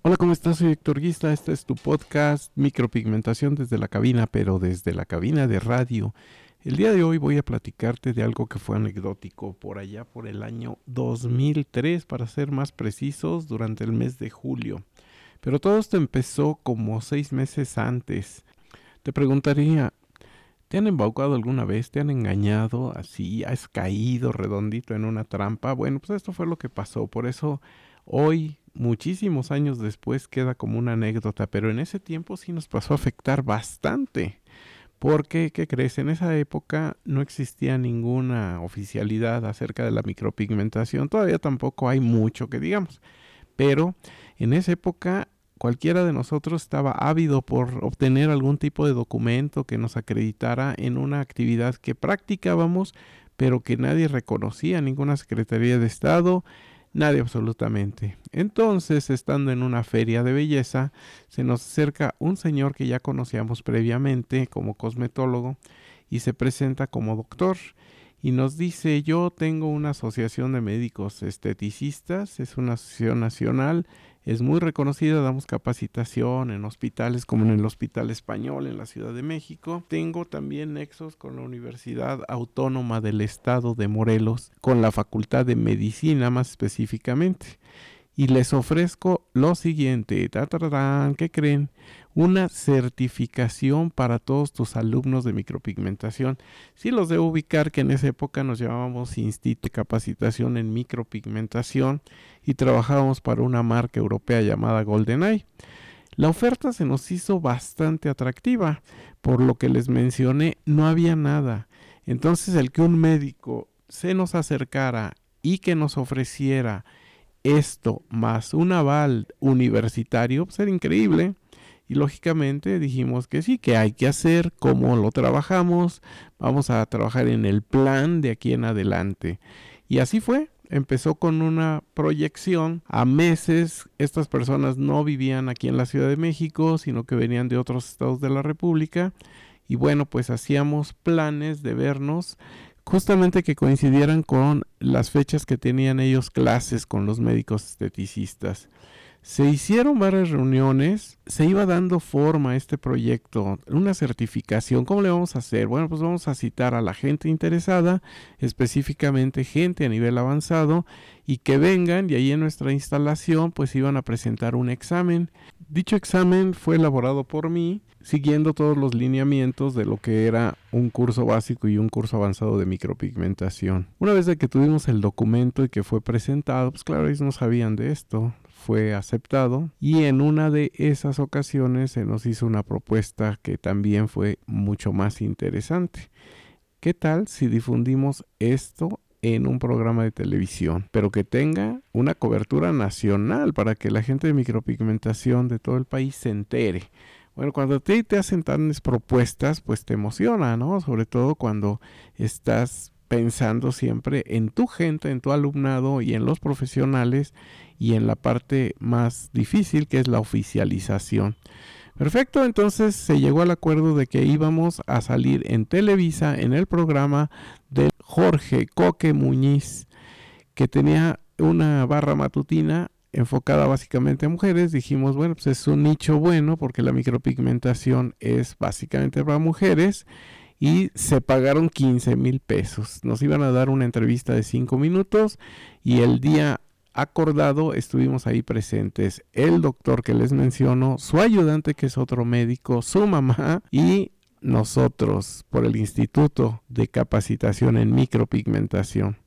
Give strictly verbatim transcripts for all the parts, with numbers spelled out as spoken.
Hola, ¿cómo estás? Soy Héctor Guisla. Este es tu podcast Micropigmentación desde la cabina, pero desde la cabina de radio. El día de hoy voy a platicarte de algo que fue anecdótico por allá por el año dos mil tres, para ser más precisos, durante el mes de julio. Pero todo esto empezó como seis meses antes. Te preguntaría, ¿te han embaucado alguna vez? ¿Te han engañado así? ¿Has caído redondito en una trampa? Bueno, pues esto fue lo que pasó. Por eso hoy, muchísimos años después, queda como una anécdota. Pero en ese tiempo sí nos pasó a afectar bastante. Porque, ¿qué crees? En esa época no existía ninguna oficialidad acerca de la micropigmentación. Todavía tampoco hay mucho que digamos. Pero en esa época cualquiera de nosotros estaba ávido por obtener algún tipo de documento que nos acreditara en una actividad que practicábamos, pero que nadie reconocía, ninguna Secretaría de Estado, nadie absolutamente. Entonces, estando en una feria de belleza, se nos acerca un señor que ya conocíamos previamente como cosmetólogo y se presenta como doctor. Y nos dice: yo tengo una asociación de médicos esteticistas, es una asociación nacional, es muy reconocida, damos capacitación en hospitales como en el Hospital Español en la Ciudad de México. Tengo también nexos con la Universidad Autónoma del Estado de Morelos, con la Facultad de Medicina más específicamente. Y les ofrezco lo siguiente, ¡tatarán! ¿Qué creen? Una certificación para todos tus alumnos de micropigmentación. Sí los debo ubicar que en esa época nos llamábamos Instituto de Capacitación en Micropigmentación y trabajábamos para una marca europea llamada GoldenEye. La oferta se nos hizo bastante atractiva, por lo que les mencioné, no había nada. Entonces, el que un médico se nos acercara y que nos ofreciera esto más un aval universitario, pues era increíble. Y lógicamente dijimos que sí, que hay que hacer, cómo lo trabajamos, vamos a trabajar en el plan de aquí en adelante. Y así fue. Empezó con una proyección a meses. Estas personas no vivían aquí en la Ciudad de México, sino que venían de otros estados de la República. Y bueno, pues hacíamos planes de vernos justamente que coincidieran con las fechas que tenían ellos clases con los médicos esteticistas. Se hicieron varias reuniones, se iba dando forma a este proyecto, una certificación. ¿Cómo le vamos a hacer? Bueno, pues vamos a citar a la gente interesada, específicamente gente a nivel avanzado, y que vengan, y ahí en nuestra instalación pues iban a presentar un examen. Dicho examen fue elaborado por mí, siguiendo todos los lineamientos de lo que era un curso básico y un curso avanzado de micropigmentación. Una vez de que tuvimos el documento y que fue presentado, pues claro, ellos no sabían de esto. Fue aceptado y en una de esas ocasiones se nos hizo una propuesta que también fue mucho más interesante. ¿Qué tal si difundimos esto en un programa de televisión, pero que tenga una cobertura nacional para que la gente de micropigmentación de todo el país se entere? Bueno, cuando te, te hacen tales propuestas, pues te emociona, ¿no? Sobre todo cuando estás pensando siempre en tu gente, en tu alumnado y en los profesionales y en la parte más difícil, que es la oficialización. Perfecto, entonces se llegó al acuerdo de que íbamos a salir en Televisa en el programa de Jorge Coque Muñiz, que tenía una barra matutina enfocada básicamente a mujeres. Dijimos, bueno, pues es un nicho bueno porque la micropigmentación es básicamente para mujeres. Y se pagaron quince mil pesos. Nos iban a dar una entrevista de cinco minutos y el día acordado estuvimos ahí presentes el doctor que les menciono, su ayudante que es otro médico, su mamá y nosotros por el Instituto de Capacitación en Micropigmentación.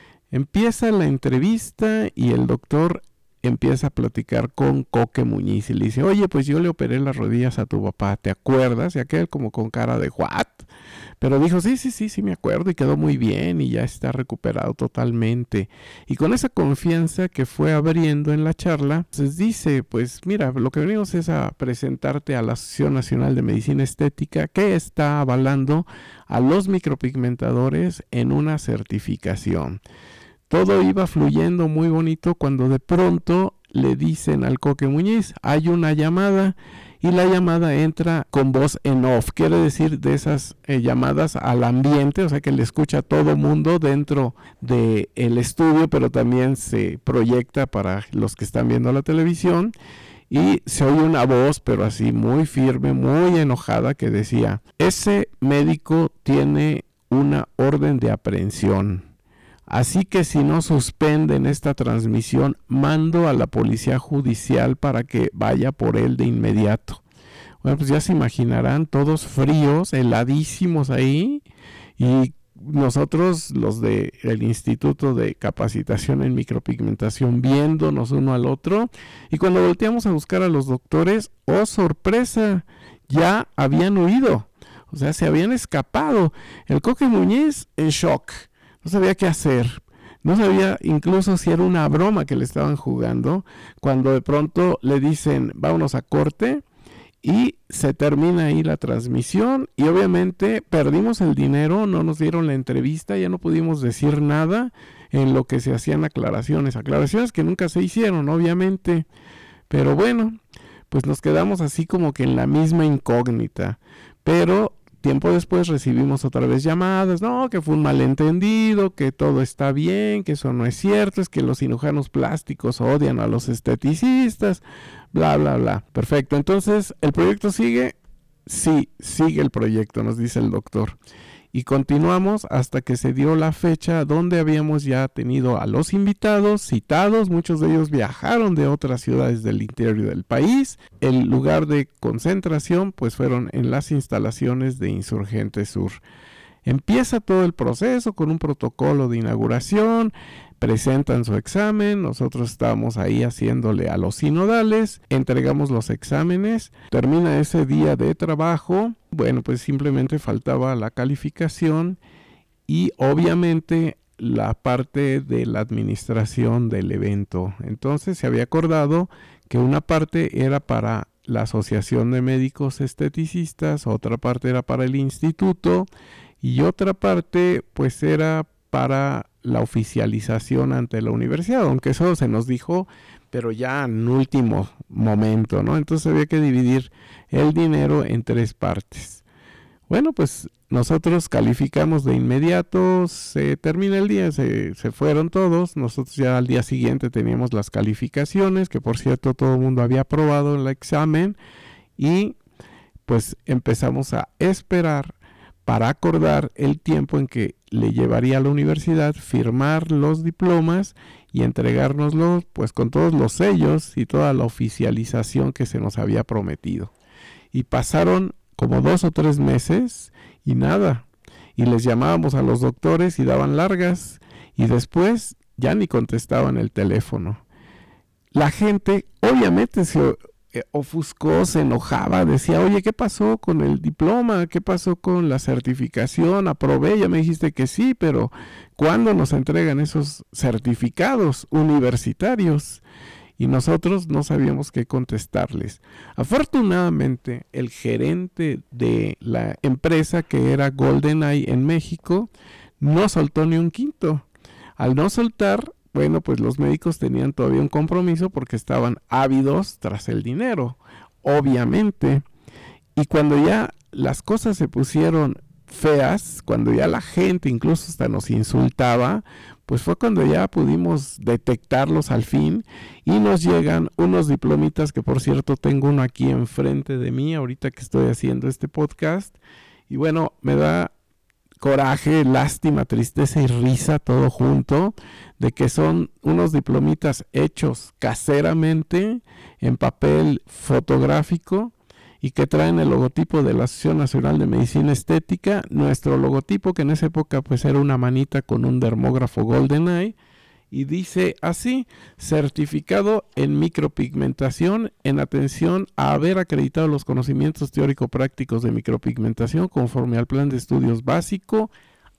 Empieza la entrevista y el doctor empieza a platicar con Coque Muñiz y le dice: oye, pues yo le operé las rodillas a tu papá, ¿te acuerdas? Y aquel como con cara de ¿what? Pero dijo: sí, sí, sí, sí me acuerdo, y quedó muy bien y ya está recuperado totalmente. Y con esa confianza que fue abriendo en la charla, pues dice: pues mira, lo que venimos es a presentarte a la Asociación Nacional de Medicina Estética, que está avalando a los micropigmentadores en una certificación. Todo iba fluyendo muy bonito cuando de pronto le dicen al Coque Muñiz: hay una llamada, y la llamada entra con voz en off, quiere decir de esas eh, llamadas al ambiente, o sea que le escucha a todo mundo dentro del estudio, pero también se proyecta para los que están viendo la televisión. y se oye una voz, pero así muy firme, muy enojada, que decía: ese médico tiene una orden de aprehensión. Así que si no suspenden esta transmisión, mando a la policía judicial para que vaya por él de inmediato. Bueno, pues ya se imaginarán, todos fríos, heladísimos ahí, y nosotros, los del Instituto de Capacitación en Micropigmentación, viéndonos uno al otro, y cuando volteamos a buscar a los doctores, ¡oh sorpresa!, ya habían huido, o sea, se habían escapado. El Coque Muñiz en shock, no sabía qué hacer, no sabía incluso si era una broma que le estaban jugando, cuando de pronto le dicen: vámonos a corte, y se termina ahí la transmisión, y obviamente perdimos el dinero, no nos dieron la entrevista, ya no pudimos decir nada en lo que se hacían aclaraciones, aclaraciones que nunca se hicieron, obviamente, pero bueno, pues nos quedamos así como que en la misma incógnita. Pero tiempo después recibimos otra vez llamadas, no, que fue un malentendido, que todo está bien, que eso no es cierto, es que los cirujanos plásticos odian a los esteticistas, bla, bla, bla. Perfecto, entonces, ¿el proyecto sigue? Sí, sigue el proyecto, nos dice el doctor. Y continuamos hasta que se dio la fecha donde habíamos ya tenido a los invitados citados. Muchos de ellos viajaron de otras ciudades del interior del país. El lugar de concentración pues fueron en las instalaciones de Insurgente Sur. Empieza todo el proceso con un protocolo de inauguración, presentan su examen, nosotros estábamos ahí haciéndole a los sinodales, entregamos los exámenes, termina ese día de trabajo, bueno, pues simplemente faltaba la calificación y obviamente la parte de la administración del evento. Entonces se había acordado que una parte era para la Asociación de Médicos Esteticistas, otra parte era para el instituto, y otra parte pues era para la oficialización ante la universidad, aunque eso se nos dijo, pero ya en último momento, ¿no? Entonces había que dividir el dinero en tres partes. Bueno, pues nosotros calificamos de inmediato, se termina el día, se, se fueron todos, nosotros ya al día siguiente teníamos las calificaciones, que por cierto todo el mundo había aprobado el examen, y pues empezamos a esperar para acordar el tiempo en que le llevaría a la universidad firmar los diplomas y entregárnoslos pues con todos los sellos y toda la oficialización que se nos había prometido. Y pasaron como dos o tres meses y nada. Y les llamábamos a los doctores y daban largas y después ya ni contestaban el teléfono. La gente obviamente se ofuscó, se enojaba, decía: oye, ¿qué pasó con el diploma? ¿Qué pasó con la certificación? Aprobé, ya me dijiste que sí, pero ¿cuándo nos entregan esos certificados universitarios? Y nosotros no sabíamos qué contestarles. Afortunadamente, el gerente de la empresa, que era GoldenEye en México, no soltó ni un quinto. Al no soltar, bueno, pues los médicos tenían todavía un compromiso porque estaban ávidos tras el dinero, obviamente. Y cuando ya las cosas se pusieron feas, cuando ya la gente incluso hasta nos insultaba, pues fue cuando ya pudimos detectarlos al fin y nos llegan unos diplomitas, que por cierto tengo uno aquí enfrente de mí ahorita que estoy haciendo este podcast. Y bueno, me da coraje, lástima, tristeza y risa todo junto, de que son unos diplomitas hechos caseramente en papel fotográfico y que traen el logotipo de la Asociación Nacional de Medicina Estética, nuestro logotipo, que en esa época pues era una manita con un dermógrafo GoldenEye, y dice así: certificado en micropigmentación en atención a haber acreditado los conocimientos teórico-prácticos de micropigmentación conforme al plan de estudios básico,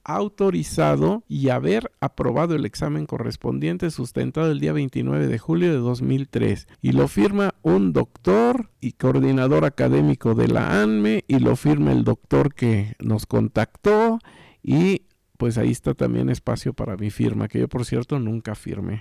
autorizado y haber aprobado el examen correspondiente sustentado el día veintinueve de julio de dos mil tres. Y lo firma un doctor y coordinador académico de la A N M E, y lo firma el doctor que nos contactó, y pues ahí está también espacio para mi firma, que yo por cierto nunca firmé.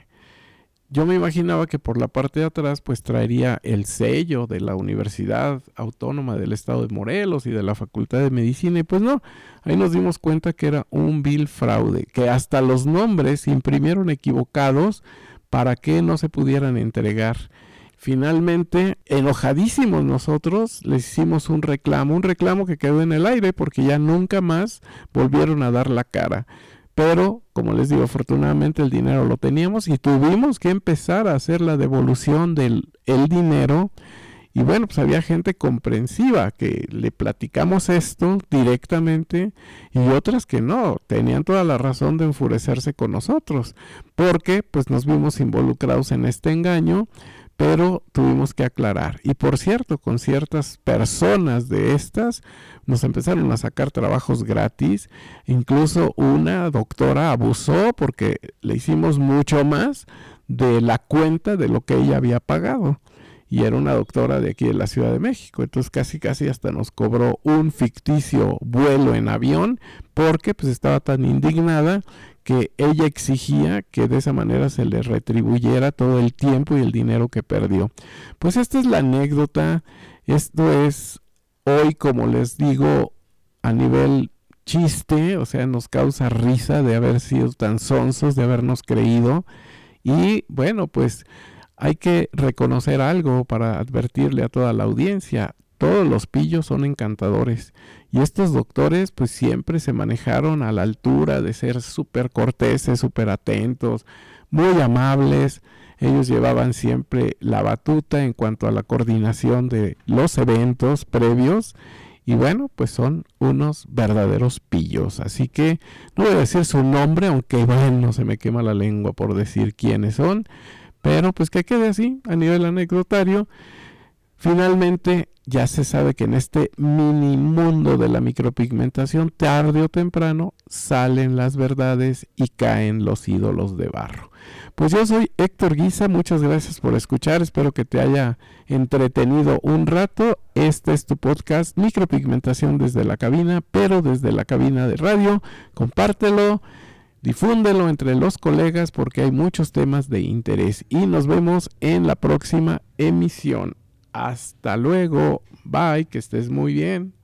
Yo me imaginaba que por la parte de atrás pues traería el sello de la Universidad Autónoma del Estado de Morelos y de la Facultad de Medicina, y pues no, ahí nos dimos cuenta que era un vil fraude, que hasta los nombres se imprimieron equivocados para que no se pudieran entregar. Finalmente, enojadísimos nosotros, les hicimos un reclamo, un reclamo que quedó en el aire porque ya nunca más volvieron a dar la cara. Pero, como les digo, afortunadamente el dinero lo teníamos y tuvimos que empezar a hacer la devolución del el dinero. Y bueno, pues había gente comprensiva que le platicamos esto directamente y otras que no, tenían toda la razón de enfurecerse con nosotros, porque pues nos vimos involucrados en este engaño, pero tuvimos que aclarar. Y por cierto, con ciertas personas de estas nos empezaron a sacar trabajos gratis, incluso una doctora abusó porque le hicimos mucho más de la cuenta de lo que ella había pagado. Y era una doctora de aquí de la Ciudad de México, entonces casi casi hasta nos cobró un ficticio vuelo en avión porque pues estaba tan indignada que ella exigía que de esa manera se le retribuyera todo el tiempo y el dinero que perdió. Pues esta es la anécdota, esto es hoy, como les digo, a nivel chiste, o sea, nos causa risa de haber sido tan sonsos, de habernos creído y bueno, pues hay que reconocer algo para advertirle a toda la audiencia. Todos los pillos son encantadores y estos doctores pues siempre se manejaron a la altura de ser súper corteses, súper atentos, muy amables. Ellos llevaban siempre la batuta en cuanto a la coordinación de los eventos previos y bueno, pues son unos verdaderos pillos. Así que no voy a decir su nombre, aunque bueno, se me quema la lengua por decir quiénes son. Pero pues que quede así a nivel anecdotario. Finalmente ya se sabe que en este mini mundo de la micropigmentación tarde o temprano salen las verdades y caen los ídolos de barro. Pues yo soy Héctor Guisa, muchas gracias por escuchar, espero que te haya entretenido un rato. Este es tu podcast Micropigmentación desde la cabina, pero desde la cabina de radio. Compártelo. Difúndelo entre los colegas porque hay muchos temas de interés y nos vemos en la próxima emisión. Hasta luego, bye, que estés muy bien.